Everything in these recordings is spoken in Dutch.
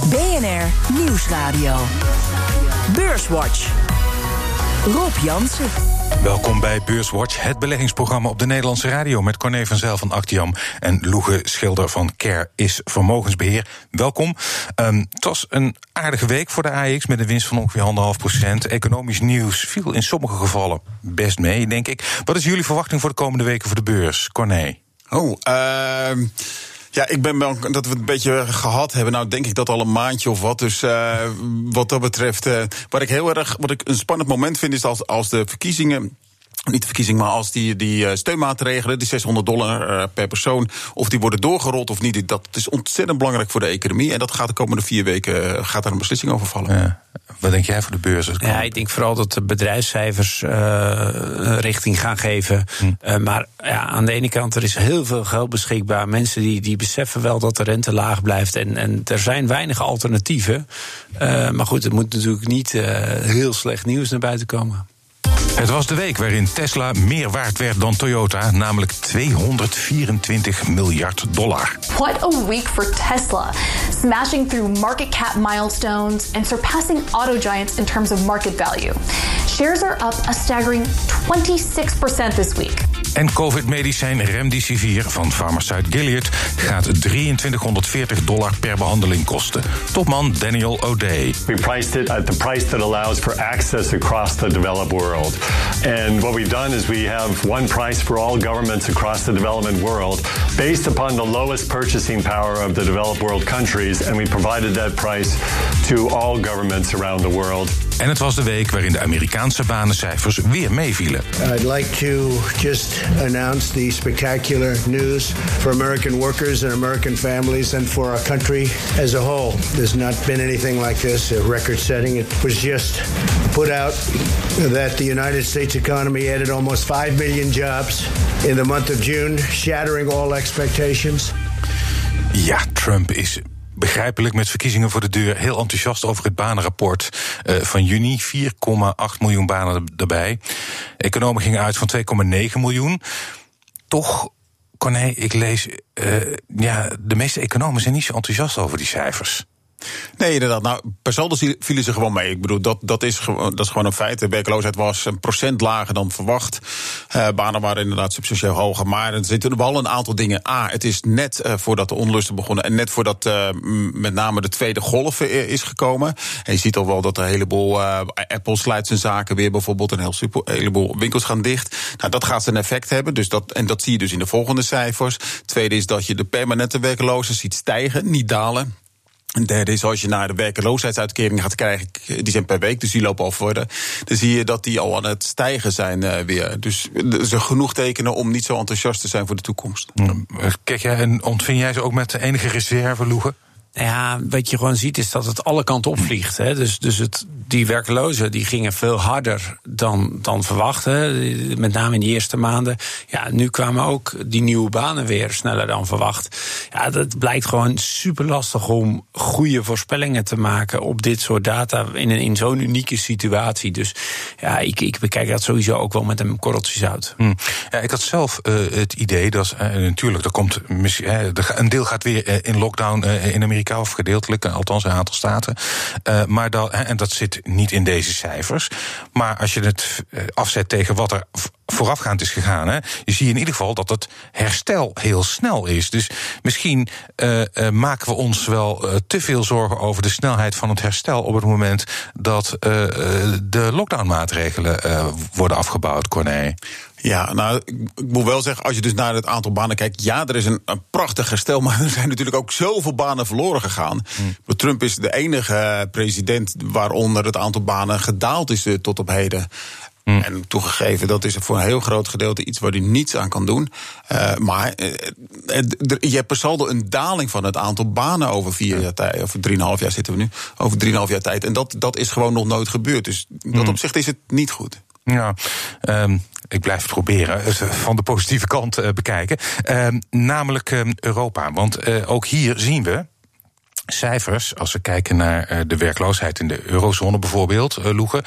BNR Nieuwsradio. Beurswatch. Rob Jansen. Welkom bij Beurswatch, het beleggingsprogramma op de Nederlandse radio met Corné van Zijl van Actiam en Loege Schilder van Care is Vermogensbeheer. Welkom. Het was een aardige week voor de AEX met een winst van ongeveer 1,5%. Economisch nieuws viel in sommige gevallen best mee, denk ik. Wat is jullie verwachting voor de komende weken voor de beurs, Corné? Ja, ik ben bang dat we het een beetje gehad hebben. Nou, denk ik dat al een maandje of wat. Dus wat dat betreft, wat ik een spannend moment vind, is als de verkiezingen. Niet de verkiezing, maar als die steunmaatregelen, die $600 per persoon, of die worden doorgerold of niet, dat is ontzettend belangrijk voor de economie. En dat gaat de komende 4 weken gaat daar een beslissing over vallen. Ja. Wat denk jij voor de beurs? Ja, ik denk vooral dat de bedrijfscijfers richting gaan geven. Maar ja, aan de ene kant, er is heel veel geld beschikbaar. Mensen die beseffen wel dat de rente laag blijft. En er zijn weinig alternatieven. Maar goed, het moet natuurlijk niet heel slecht nieuws naar buiten komen. Het was de week waarin Tesla meer waard werd dan Toyota, namelijk $224 miljard. What a week for Tesla, smashing through market cap milestones and surpassing auto giants in terms of market value. Shares are up a staggering 26% this week. En COVID-medicijn Remdesivir van farmaceut Gilead gaat $2340 per behandeling kosten. Topman Daniel O'Day. We priced it at the price that allows for access across the developed world. And what we've done is we have one price for all governments across the development world based upon the lowest purchasing power of the developed world countries. And we provided that price to all governments around the world. En het was de week waarin de Amerikaanse banencijfers weer meevielen. I'd like to just announce the spectacular news for American workers and American families and for our country as a whole. There's not been anything like this, a record setting. It was just put out that the United States economy added almost 5 million jobs in the month of June, shattering all expectations. Ja, Trump is begrijpelijk met verkiezingen voor de deur heel enthousiast over het banenrapport van juni. 4,8 miljoen banen erbij. Economen gingen uit van 2,9 miljoen. Toch, Corné, ik lees, de meeste economen zijn niet zo enthousiast over die cijfers. Nee, inderdaad. Nou, per saldo vielen ze gewoon mee. Ik bedoel, dat is gewoon een feit. De werkloosheid was 1% lager dan verwacht. Banen waren inderdaad substantieel hoger. Maar er zitten wel een aantal dingen. Het is net voordat de onlusten begonnen en net voordat met name de tweede golf is gekomen. En je ziet al wel dat een heleboel Apple sluit zijn zaken weer bijvoorbeeld. Een heleboel winkels gaan dicht. Nou, dat gaat zijn effect hebben. Dus dat zie je dus in de volgende cijfers. Tweede is dat je de permanente werklozen ziet stijgen, niet dalen. En derde is, als je naar de werkloosheidsuitkering gaat krijgen, die zijn per week, dus die lopen al voor. Dan zie je dat die al aan het stijgen zijn weer. Dus er zijn genoeg tekenen om niet zo enthousiast te zijn voor de toekomst. Kijk jij en ontving jij ze ook met enige reserve, Loege? Ja, wat je gewoon ziet is dat het alle kanten opvliegt. Hè. Dus die werklozen die gingen veel harder dan verwacht. Hè. Met name in de eerste maanden. Ja, nu kwamen ook die nieuwe banen weer sneller dan verwacht. Ja, dat blijkt gewoon super lastig om goede voorspellingen te maken op dit soort data in zo'n unieke situatie. Dus ja, ik bekijk dat sowieso ook wel met een korreltje zout. Ja, ik had zelf het idee dat natuurlijk er komt een deel gaat weer in lockdown in Amerika, of gedeeltelijk, althans een aantal staten. Maar dat zit niet in deze cijfers. Maar als je het afzet tegen wat er voorafgaand is gegaan, je ziet in ieder geval dat het herstel heel snel is. Dus misschien maken we ons wel te veel zorgen over de snelheid van het herstel op het moment dat de lockdownmaatregelen worden afgebouwd, Corné. Ja, nou, ik moet wel zeggen, als je dus naar het aantal banen kijkt, ja, er is een prachtig herstel, maar er zijn natuurlijk ook zoveel banen verloren gegaan. Trump is de enige president waaronder het aantal banen gedaald is tot op heden. En toegegeven, dat is voor een heel groot gedeelte iets waar hij niets aan kan doen. Maar je hebt per saldo een daling van het aantal banen over 4 jaar tijd. Over 3,5 jaar zitten we nu. Over 3,5 jaar tijd. En dat is gewoon nog nooit gebeurd. Dus in dat opzicht is het niet goed. Ja, ik blijf het proberen van de positieve kant bekijken. Namelijk Europa. Want ook hier zien we cijfers, als we kijken naar de werkloosheid in de eurozone bijvoorbeeld, Loege,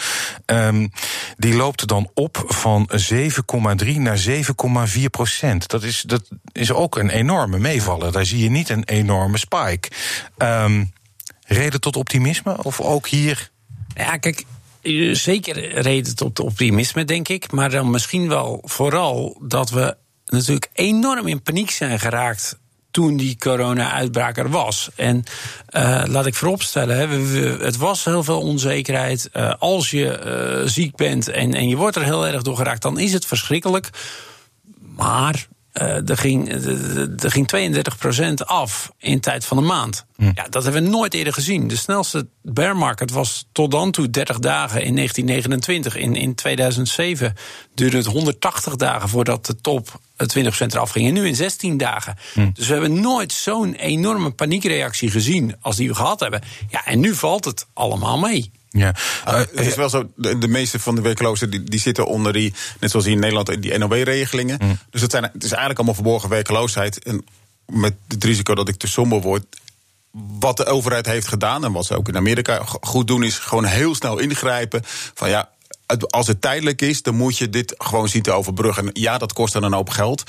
die loopt dan op van 7,3 naar 7,4%. Dat is ook een enorme meevaller. Daar zie je niet een enorme spike. reden tot optimisme? Of ook hier? Ja, kijk, zeker reden tot optimisme, denk ik. Maar dan misschien wel vooral dat we natuurlijk enorm in paniek zijn geraakt toen die corona-uitbraak er was. En laat ik vooropstellen, het was heel veel onzekerheid. Als je ziek bent en je wordt er heel erg door geraakt, dan is het verschrikkelijk. Maar er ging 32% af in tijd van een maand. Ja, dat hebben we nooit eerder gezien. De snelste bear market was tot dan toe 30 dagen in 1929. In 2007 duurde het 180 dagen voordat de top 20% eraf ging. En nu in 16 dagen. Dus we hebben nooit zo'n enorme paniekreactie gezien als die we gehad hebben. Ja, en nu valt het allemaal mee. Ja. Het is wel zo, de meeste van de werklozen die zitten onder die, net zoals hier in Nederland, die NOW-regelingen. Dus het is eigenlijk allemaal verborgen werkloosheid. En met het risico dat ik te somber word, wat de overheid heeft gedaan en wat ze ook in Amerika goed doen, is gewoon heel snel ingrijpen. Van ja, als het tijdelijk is, dan moet je dit gewoon zien te overbruggen. Ja, dat kost dan een hoop geld.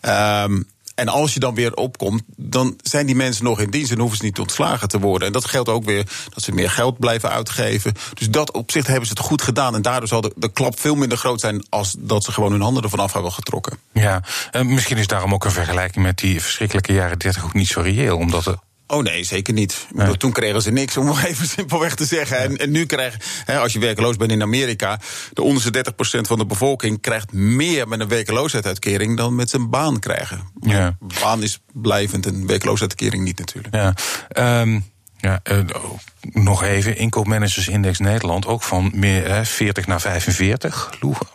En als je dan weer opkomt, dan zijn die mensen nog in dienst en hoeven ze niet ontslagen te worden. En dat geldt ook weer dat ze meer geld blijven uitgeven. Dus dat opzicht hebben ze het goed gedaan. En daardoor zal de klap veel minder groot zijn als dat ze gewoon hun handen ervan af hebben getrokken. Ja, misschien is daarom ook een vergelijking met die verschrikkelijke jaren 30 ook niet zo reëel, omdat het... Oh nee, zeker niet. Nee. Toen kregen ze niks, om nog even simpelweg te zeggen. En nu krijg je, als je werkloos bent in Amerika, de onderste 30% van de bevolking krijgt meer met een werkloosheidsuitkering dan met zijn baan krijgen. Ja. Baan is blijvend, een werkloosheidsuitkering niet natuurlijk. Ja. Nog even, inkoopmanagersindex Nederland, ook van meer 40 naar 45, Loegen.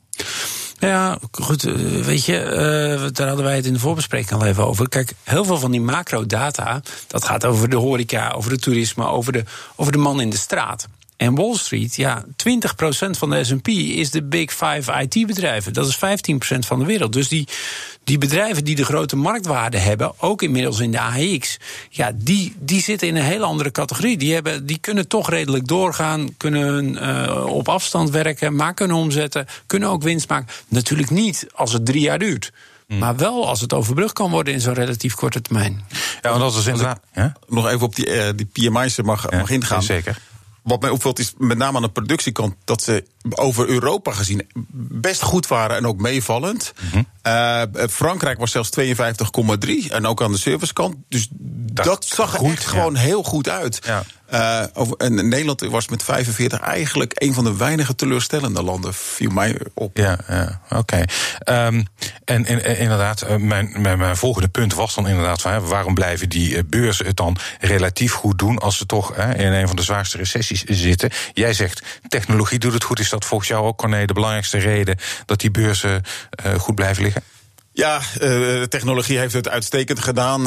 Ja, goed, weet je, daar hadden wij het in de voorbespreking al even over. Kijk, heel veel van die macrodata, dat gaat over de horeca, over het toerisme, over de man in de straat. En Wall Street, ja, 20% van de S&P is de Big Five IT-bedrijven. Dat is 15% van de wereld. Dus die bedrijven die de grote marktwaarde hebben, ook inmiddels in de AEX, ja, die zitten in een hele andere categorie. Die kunnen toch redelijk doorgaan, kunnen op afstand werken, maar kunnen omzetten, kunnen ook winst maken. Natuurlijk niet als het 3 jaar duurt. Maar wel als het overbrugd kan worden in zo'n relatief korte termijn. Ja, want dat is inderdaad. Nog even op die PMI's mag ingaan. Zeker. Wat mij opvalt is met name aan de productiekant dat ze over Europa gezien best goed waren en ook meevallend. Frankrijk was zelfs 52,3 en ook aan de servicekant. Dus dat zag er echt gewoon heel goed uit. Ja. En Nederland was met 45 eigenlijk een van de weinige teleurstellende landen, viel mij op. Ja, oké. En inderdaad, mijn volgende punt was dan inderdaad van, waarom blijven die beurzen het dan relatief goed doen als ze toch in een van de zwaarste recessies zitten? Jij zegt, technologie doet het goed. Is dat volgens jou ook, Corné, de belangrijkste reden dat die beurzen goed blijven liggen? Ja, de technologie heeft het uitstekend gedaan.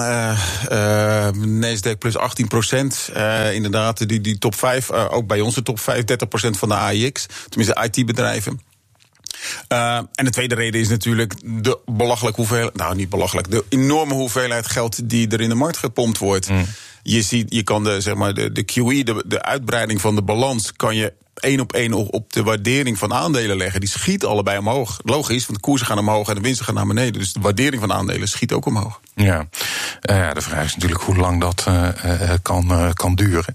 Nasdaq plus 18%. Inderdaad, die top 5, ook bij ons de top 5, 30% van de AEX. Tenminste, IT-bedrijven. En de tweede reden is natuurlijk de belachelijke hoeveelheid, nou niet belachelijk, de enorme hoeveelheid geld die er in de markt gepompt wordt. Je kan de QE, de uitbreiding van de balans, kan je 1 op 1 op de waardering van aandelen leggen. Die schiet allebei omhoog. Logisch, want de koersen gaan omhoog en de winsten gaan naar beneden. Dus de waardering van aandelen schiet ook omhoog. Ja, de vraag is natuurlijk hoe lang dat kan duren.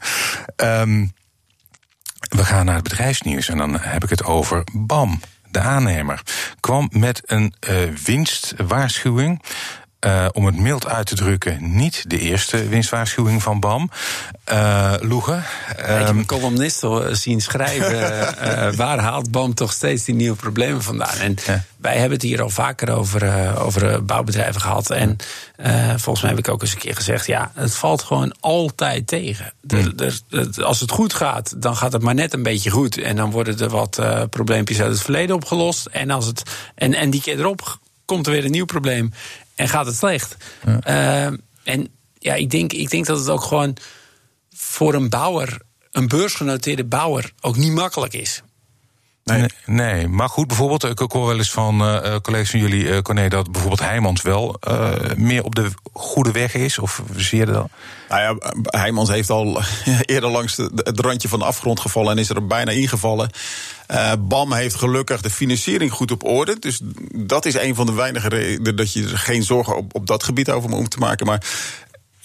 We gaan naar het bedrijfsnieuws en dan heb ik het over BAM. De aannemer kwam met een winstwaarschuwing. Om het mild uit te drukken, niet de eerste winstwaarschuwing van BAM. Loegen. Ik heb een columnist zien schrijven. Waar haalt BAM toch steeds die nieuwe problemen vandaan? En wij hebben het hier al vaker over bouwbedrijven gehad. En volgens mij heb ik ook eens een keer gezegd, ja, het valt gewoon altijd tegen. Als het goed gaat, dan gaat het maar net een beetje goed. En dan worden er wat probleempjes uit het verleden opgelost. En en die keer erop komt er weer een nieuw probleem. En gaat het slecht. Ik denk dat het ook gewoon voor een bouwer, een beursgenoteerde bouwer, ook niet makkelijk is. Nee, maar goed, bijvoorbeeld, ik hoor wel eens van collega's van jullie, Corné, dat bijvoorbeeld Heijmans wel meer op de goede weg is, of zie je dat al? Nou ja, Heijmans heeft al eerder langs het randje van de afgrond gevallen en is er bijna ingevallen. BAM heeft gelukkig de financiering goed op orde. Dus dat is een van de weinige redenen dat je er geen zorgen op dat gebied over moet te maken. Maar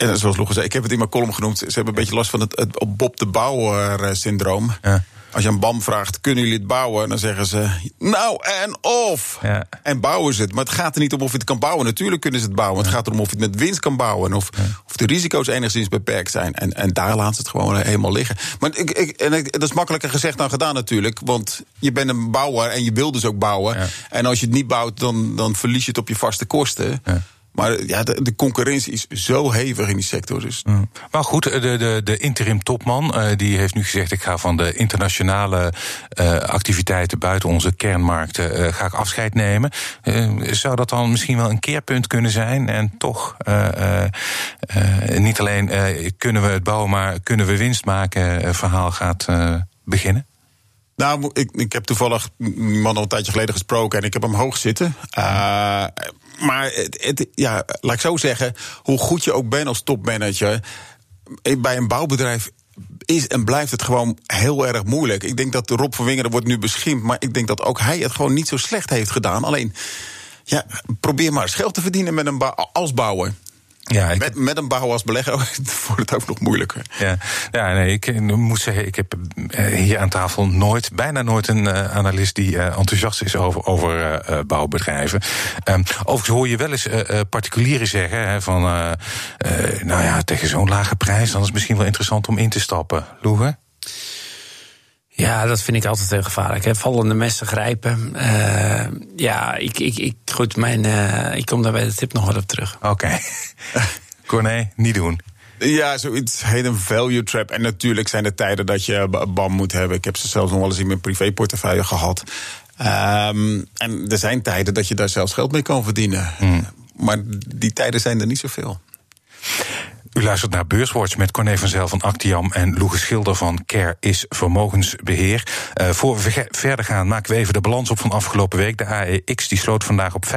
En zoals Loege zei, ik heb het in mijn column genoemd, ze hebben een beetje last van het Bob de Bouwer-syndroom. Ja. Als je aan BAM vraagt, kunnen jullie het bouwen? Dan zeggen ze, nou en of. Ja. En bouwen ze het. Maar het gaat er niet om of je het kan bouwen. Natuurlijk kunnen ze het bouwen. Het gaat erom of je het met winst kan bouwen. Of de risico's enigszins beperkt zijn. En daar laat ze het gewoon helemaal liggen. Maar dat is makkelijker gezegd dan gedaan natuurlijk. Want je bent een bouwer en je wil dus ook bouwen. Ja. En als je het niet bouwt, dan verlies je het op je vaste kosten. Ja. Maar ja, de concurrentie is zo hevig in die sector. Dus. Maar goed, de interim topman die heeft nu gezegd, ik ga van de internationale activiteiten buiten onze kernmarkten ga ik afscheid nemen. Zou dat dan misschien wel een keerpunt kunnen zijn? En toch niet alleen kunnen we het bouwen, maar kunnen we winst maken? Verhaal gaat beginnen? Nou, ik heb toevallig die man al een tijdje geleden gesproken en ik heb hem hoog zitten. Maar laat ik zo zeggen, hoe goed je ook bent als topmanager, bij een bouwbedrijf is en blijft het gewoon heel erg moeilijk. Ik denk dat Rob van Wingeren wordt nu beschimpt, maar ik denk dat ook hij het gewoon niet zo slecht heeft gedaan. Alleen, probeer maar eens geld te verdienen met als bouwer. Ja, met een bouw als belegger wordt het ook nog moeilijker. Ik moet zeggen, ik heb hier aan tafel bijna nooit een analist die enthousiast is over bouwbedrijven. Overigens hoor je wel eens particulieren zeggen van, tegen zo'n lage prijs, dan is het misschien wel interessant om in te stappen. Loege? Ja, dat vind ik altijd heel gevaarlijk. Hè. Vallende messen grijpen. Ik kom daar bij de tip nog wel op terug. Oké. Corné, niet doen. Ja, zoiets heet een value trap. En natuurlijk zijn er tijden dat je BAM moet hebben. Ik heb ze zelfs nog wel eens in mijn privéportefeuille gehad. En er zijn tijden dat je daar zelfs geld mee kan verdienen. Maar die tijden zijn er niet zoveel. U luistert naar Beurswatch met Corné van Zijl van Actiam en Loege Schilder van Care is Vermogensbeheer. Voor we verder gaan maken we even de balans op van afgelopen week. De AEX die sloot vandaag op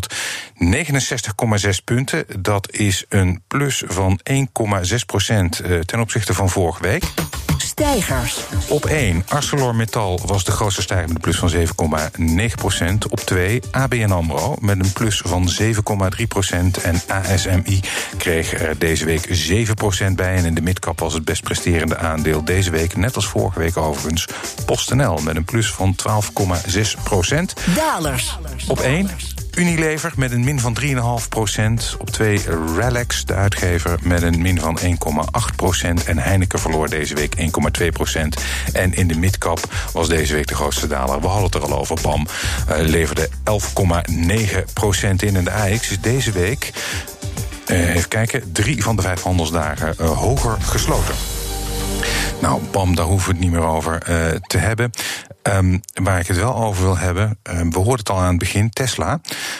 569,6 punten. Dat is een plus van 1,6% ten opzichte van vorige week. Stijgers. Op 1, ArcelorMittal was de grootste stijger met een plus van 7,9%. Op 2, ABN AMRO met een plus van 7,3%. En ASMI kreeg er deze week 7% bij. En in de midcap was het best presterende aandeel deze week, net als vorige week overigens, PostNL met een plus van 12,6%. Dalers. Op 1, Unilever met een min van 3,5%. Op 2, Relex, de uitgever, met een min van 1,8%. En Heineken verloor deze week 1,2%. En in de midcap was deze week de grootste daler. We hadden het er al over. BAM leverde 11,9% in. En de AX is deze week, even kijken, 3 van de 5 handelsdagen hoger gesloten. Nou, BAM, daar hoeven we het niet meer over te hebben. Waar ik het wel over wil hebben, we hoorden het al aan het begin, Tesla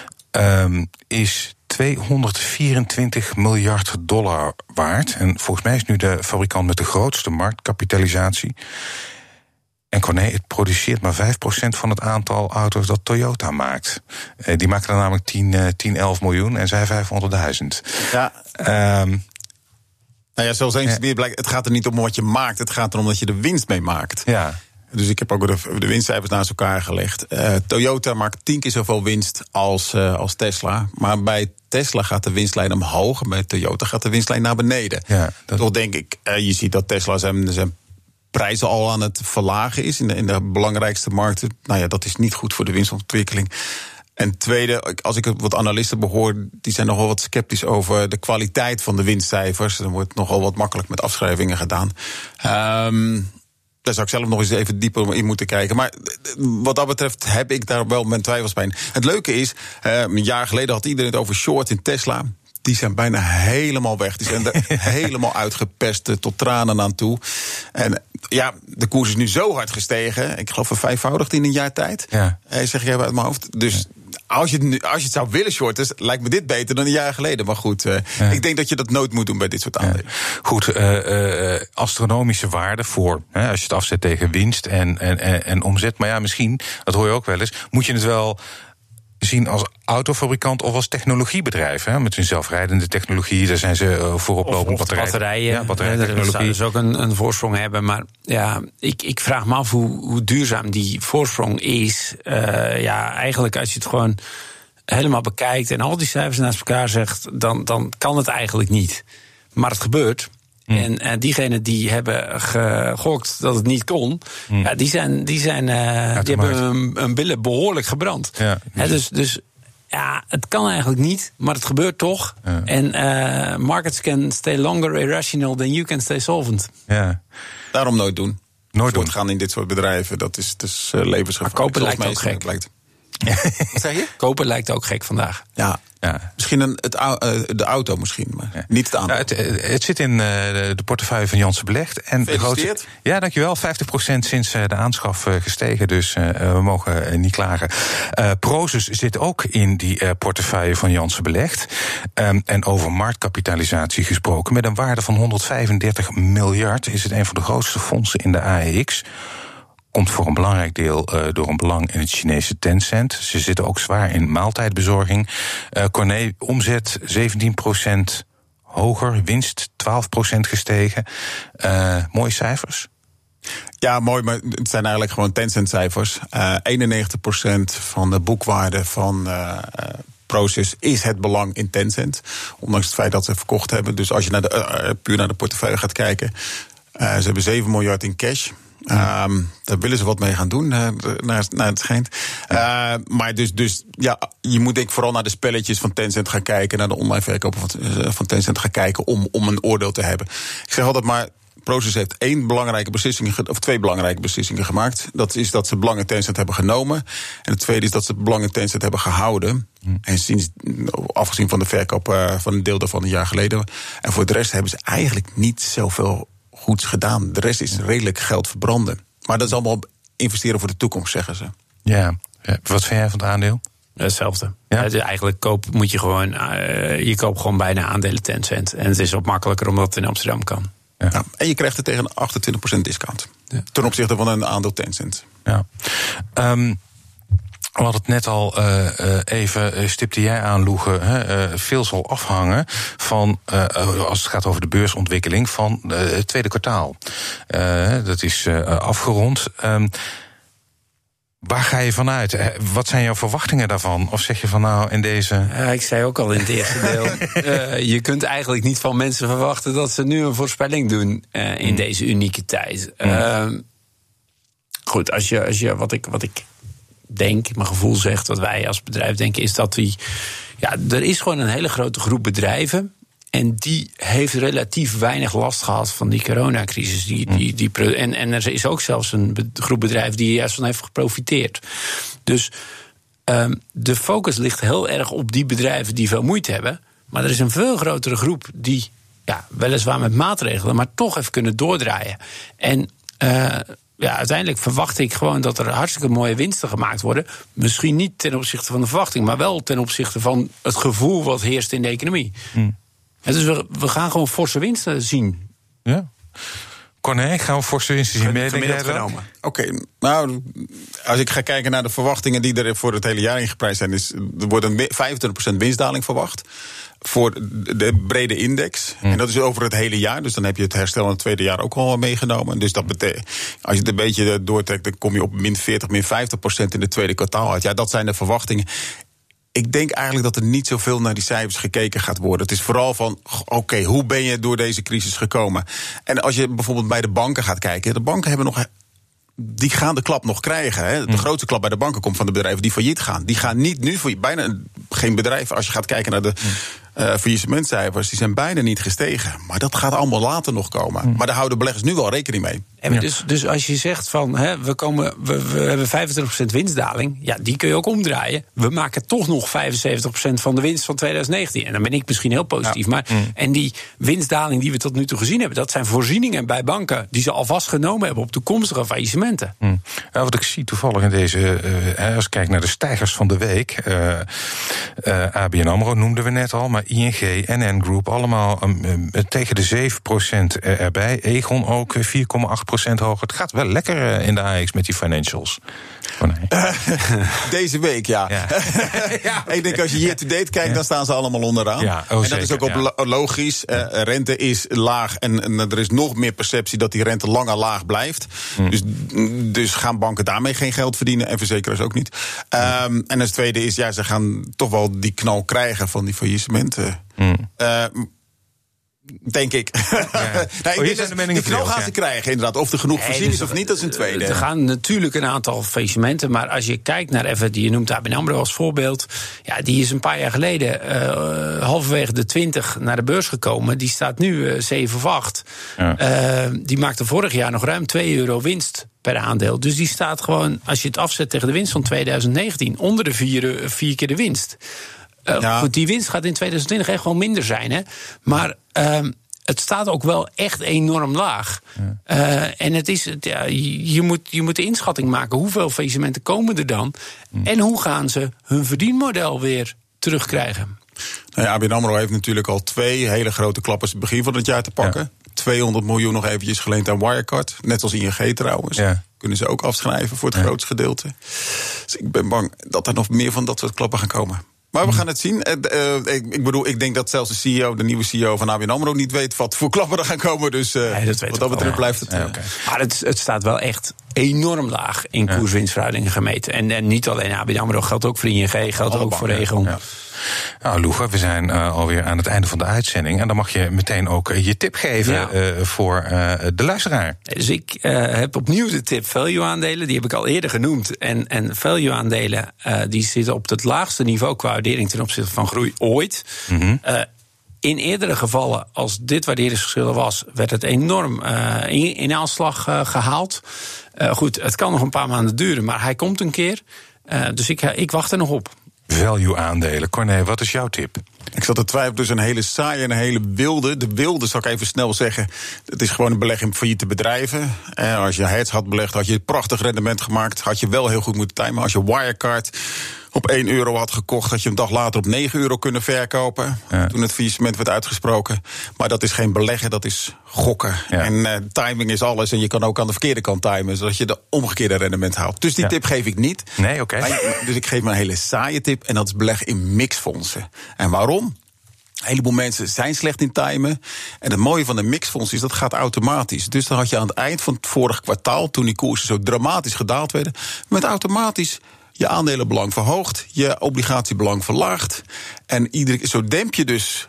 is $224 miljard waard. En volgens mij is nu de fabrikant met de grootste marktkapitalisatie. En Corné, het produceert maar 5% van het aantal auto's dat Toyota maakt. Die maken er namelijk 11 miljoen en zij 500.000. Ja. Zoals eens weer blijkt, het gaat er niet om wat je maakt, het gaat erom dat je de winst mee maakt. Ja. Dus ik heb ook de winstcijfers naast elkaar gelegd. Toyota maakt 10 keer zoveel winst als Tesla. Maar bij Tesla gaat de winstlijn omhoog. En bij Toyota gaat de winstlijn naar beneden. Ja, Toch denk ik, je ziet dat Tesla zijn prijzen al aan het verlagen is in de belangrijkste markten. Nou ja, dat is niet goed voor de winstontwikkeling. En tweede, als ik wat analisten behoor, die zijn nogal wat sceptisch over de kwaliteit van de winstcijfers. Er wordt nogal wat makkelijk met afschrijvingen gedaan. Daar zou ik zelf nog eens even dieper in moeten kijken. Maar wat dat betreft heb ik daar wel mijn twijfels bij. Het leuke is, een jaar geleden had iedereen het over short in Tesla. Die zijn bijna helemaal weg. Die zijn er helemaal uitgepest tot tranen aan toe. En ja, de koers is nu zo hard gestegen. Ik geloof vervijfvoudigd in een jaar tijd. Ja. Zeg ik even uit mijn hoofd. Dus als je het zou willen shorten, lijkt me dit beter dan een jaar geleden. Maar goed, ik denk dat je dat nooit moet doen bij dit soort aandelen. Goed, astronomische waarde voor, als je het afzet tegen winst en omzet. Maar ja, misschien, dat hoor je ook wel eens, moet je het wel zien als autofabrikant of als technologiebedrijf. Hè? Met hun zelfrijdende technologie, daar zijn ze voorop lopend. Batterijen. Ja, batterijtechnologie. Dat dus ook een voorsprong hebben. Maar ja, ik vraag me af hoe duurzaam die voorsprong is. Eigenlijk als je het gewoon helemaal bekijkt en al die cijfers naast elkaar zegt, dan kan het eigenlijk niet. Maar het gebeurt. En diegenen die hebben gegokt dat het niet kon, die hebben hun billen behoorlijk gebrand. Ja, dus ja, het kan eigenlijk niet, maar het gebeurt toch. Ja. En markets can stay longer irrational than you can stay solvent. Ja. Daarom nooit doen. Nooit doen. Gaan in dit soort bedrijven, dat is levensgevaarlijk. Maar kopen lijkt ook gek. Wat zeg je? Kopen lijkt ook gek vandaag. Ja. Misschien de auto misschien, maar niet het aandeel. Het zit in de portefeuille van Janssen Belegd. En gefeliciteerd. Ja, dankjewel. 50% sinds de aanschaf gestegen, dus we mogen niet klagen. Prosus zit ook in die portefeuille van Janssen Belegd. En over marktkapitalisatie gesproken. Met een waarde van 135 miljard is het een van de grootste fondsen in de AEX. Komt voor een belangrijk deel door een belang in het Chinese Tencent. Ze zitten ook zwaar in maaltijdbezorging. Corné, omzet 17% hoger, winst 12% gestegen. Mooie cijfers. Ja, mooi, maar het zijn eigenlijk gewoon Tencent-cijfers. 91% van de boekwaarde van Prosus is het belang in Tencent. Ondanks het feit dat ze verkocht hebben. Dus als je puur naar de portefeuille gaat kijken, ze hebben 7 miljard in cash. Daar willen ze wat mee gaan doen, naar het schijnt. Maar dus ja, je moet denk ik vooral naar de spelletjes van Tencent gaan kijken, naar de online verkopen van Tencent gaan kijken om een oordeel te hebben. Ik zeg altijd maar, Prosus heeft twee belangrijke beslissingen gemaakt. Dat is dat ze belang in Tencent hebben genomen. En het tweede is dat ze belang in Tencent hebben gehouden. En afgezien van de verkoop van een deel daarvan een jaar geleden. En voor de rest hebben ze eigenlijk niet zoveel goeds gedaan. De rest is redelijk geld verbranden. Maar dat is allemaal investeren voor de toekomst, zeggen ze. Ja. Wat vind jij van het aandeel? Hetzelfde. Ja? Eigenlijk moet je gewoon, je koopt gewoon bijna aandelen Tencent. En het is ook makkelijker omdat het in Amsterdam kan. Ja. Ja, en je krijgt het tegen een 28% discount. Ja. Ten opzichte van een aandeel Tencent. Ja. We hadden het net al even, stipte jij aan, Loege. Veel zal afhangen van, als het gaat over de beursontwikkeling, van het tweede kwartaal. Dat is afgerond. Waar ga je vanuit? Wat zijn jouw verwachtingen daarvan? Of zeg je van nou in deze... Ik zei ook al in het eerste deel. Je kunt eigenlijk niet van mensen verwachten dat ze nu een voorspelling doen in deze unieke tijd. Goed, als je wat ik denk, mijn gevoel zegt, wat wij als bedrijf denken, is dat er is gewoon een hele grote groep bedrijven. En die heeft relatief weinig last gehad van die coronacrisis. En er is ook zelfs een groep bedrijven die er juist van heeft geprofiteerd. Dus de focus ligt heel erg op die bedrijven die veel moeite hebben. Maar er is een veel grotere groep die weliswaar met maatregelen, maar toch even kunnen doordraaien. En uiteindelijk verwacht ik gewoon dat er hartstikke mooie winsten gemaakt worden. Misschien niet ten opzichte van de verwachting, maar wel ten opzichte van het gevoel wat heerst in de economie. Dus we gaan gewoon forse winsten zien. Ja. Corné, gaan we forse winsten zien? Oké, nou, als ik ga kijken naar de verwachtingen die er voor het hele jaar ingeprijsd zijn, er wordt een 25% winstdaling verwacht voor de brede index. En dat is over het hele jaar, dus dan heb je het herstel in het tweede jaar ook al meegenomen. Dus dat betekent, als je het een beetje doortrekt, dan kom je op min 40, min 50% in het tweede kwartaal uit. Ja, dat zijn de verwachtingen. Ik denk eigenlijk dat er niet zoveel naar die cijfers gekeken gaat worden. Het is vooral van, oké, hoe ben je door deze crisis gekomen? En als je bijvoorbeeld bij de banken gaat kijken, de banken hebben die gaan de klap nog krijgen. Hè. De grootste klap bij de banken komt van de bedrijven die failliet gaan. Die gaan niet nu, bijna geen bedrijf, als je gaat kijken naar de faillissementcijfers, die zijn bijna niet gestegen. Maar dat gaat allemaal later nog komen. Maar daar houden beleggers nu wel rekening mee. Dus als je zegt van, we hebben 25% winstdaling, ja, die kun je ook omdraaien. We maken toch nog 75% van de winst van 2019. En dan ben ik misschien heel positief. Maar, en die winstdaling die we tot nu toe gezien hebben, dat zijn voorzieningen bij banken die ze alvast genomen hebben op toekomstige faillissementen. Wat ik zie toevallig in deze, als ik kijk naar de stijgers van de week, ABN AMRO noemden we net al, maar ING, NN Group, allemaal tegen de 7% erbij. Egon ook 4,8% hoger. Het gaat wel lekker in de AX met die financials. Deze week, ja. Ik denk als je year-to-date kijkt, dan staan ze allemaal onderaan. Ja, en dat is ook logisch. Rente is laag en er is nog meer perceptie dat die rente langer laag blijft. Dus gaan banken daarmee geen geld verdienen en verzekeraars ook niet. En het tweede is, ze gaan toch wel die knal krijgen van die faillissementen. Denk ik. Ik denk die knal gaan ze krijgen, inderdaad. Of er genoeg voorzien is of niet, dat is een tweede. Er gaan natuurlijk een aantal faillissementen. Maar als je kijkt naar even, je noemt ABN AMRO als voorbeeld. Ja, die is een paar jaar geleden halverwege de 20 naar de beurs gekomen. Die staat nu 7 of 8. Ja. Die maakte vorig jaar nog ruim €2 winst per aandeel. Dus die staat gewoon, als je het afzet tegen de winst van 2019... onder de 4 keer de winst. Goed, die winst gaat in 2020 echt wel minder zijn, hè. Maar het staat ook wel echt enorm laag. Ja. En het is, je moet de inschatting maken. Hoeveel faillissementen komen er dan? En hoe gaan ze hun verdienmodel weer terugkrijgen? Nou ja, ABN AMRO heeft natuurlijk al 2 hele grote klappers het begin van het jaar te pakken. Ja. 200 miljoen nog eventjes geleend aan Wirecard. Net als ING trouwens. Ja. Kunnen ze ook afschrijven voor het grootste gedeelte. Dus ik ben bang dat er nog meer van dat soort klappen gaan komen. Maar we gaan het zien. Ik denk dat zelfs de nieuwe CEO van ABN AMRO niet weet wat voor klappen er gaan komen. Dus wat dat betreft blijft het. Okay. Maar het staat wel echt enorm laag in koers-winstverhoudingen gemeten. En niet alleen ABN AMRO, geldt ook voor ING, geldt ook voor Aegon. Ja. Nou, Loege, we zijn alweer aan het einde van de uitzending. En dan mag je meteen ook je tip geven voor de luisteraar. Dus ik heb opnieuw de tip value-aandelen. Die heb ik al eerder genoemd. En value-aandelen die zitten op het laagste niveau qua waardering ten opzichte van groei ooit. Mm-hmm. In eerdere gevallen, als dit waarderingsverschil was, werd het enorm in aanslag gehaald. Goed, het kan nog een paar maanden duren, maar hij komt een keer. Dus ik wacht er nog op. Value-aandelen. Corné, wat is jouw tip? Ik zat te twijfelen tussen een hele saaie en een hele wilde. De wilde, zal ik even snel zeggen, het is gewoon een belegging in failliete bedrijven. Als je Hertz had belegd, had je een prachtig rendement gemaakt. Had je wel heel goed moeten timen. Als je Wirecard op €1 had gekocht, had je een dag later op €9 kunnen verkopen. Ja. Toen het faillissement werd uitgesproken. Maar dat is geen beleggen, dat is gokken. Ja. En timing is alles. En je kan ook aan de verkeerde kant timen, zodat je de omgekeerde rendement haalt. Dus die tip geef ik niet. Nee, oké. Dus ik geef me een hele saaie tip. En dat is beleggen in mixfondsen. En waarom? Een heleboel mensen zijn slecht in timen. En het mooie van een mixfonds is dat gaat automatisch. Dus dan had je aan het eind van het vorige kwartaal, toen die koersen zo dramatisch gedaald werden, met automatisch je aandelenbelang verhoogt, je obligatiebelang verlaagt. En zo demp je dus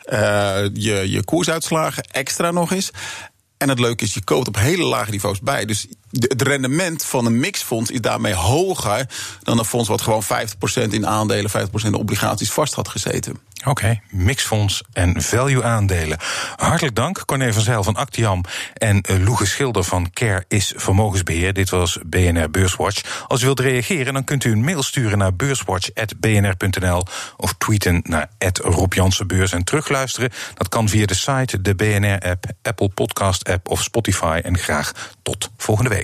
je koersuitslagen extra nog eens. En het leuke is, je koopt op hele lage niveaus bij. Dus het rendement van een mixfonds is daarmee hoger dan een fonds wat gewoon 50% in aandelen, 50% in obligaties vast had gezeten. Oké, mixfonds en value-aandelen. Hartelijk dank, Corné van Zijl van Actiam en Loege Schilder van Care is Vermogensbeheer. Dit was BNR Beurswatch. Als u wilt reageren, dan kunt u een mail sturen naar beurswatch@bnr.nl of tweeten naar @RobJansenbeurs. En terugluisteren, dat kan via de site, de BNR-app, Apple Podcast-app of Spotify. En graag tot volgende week.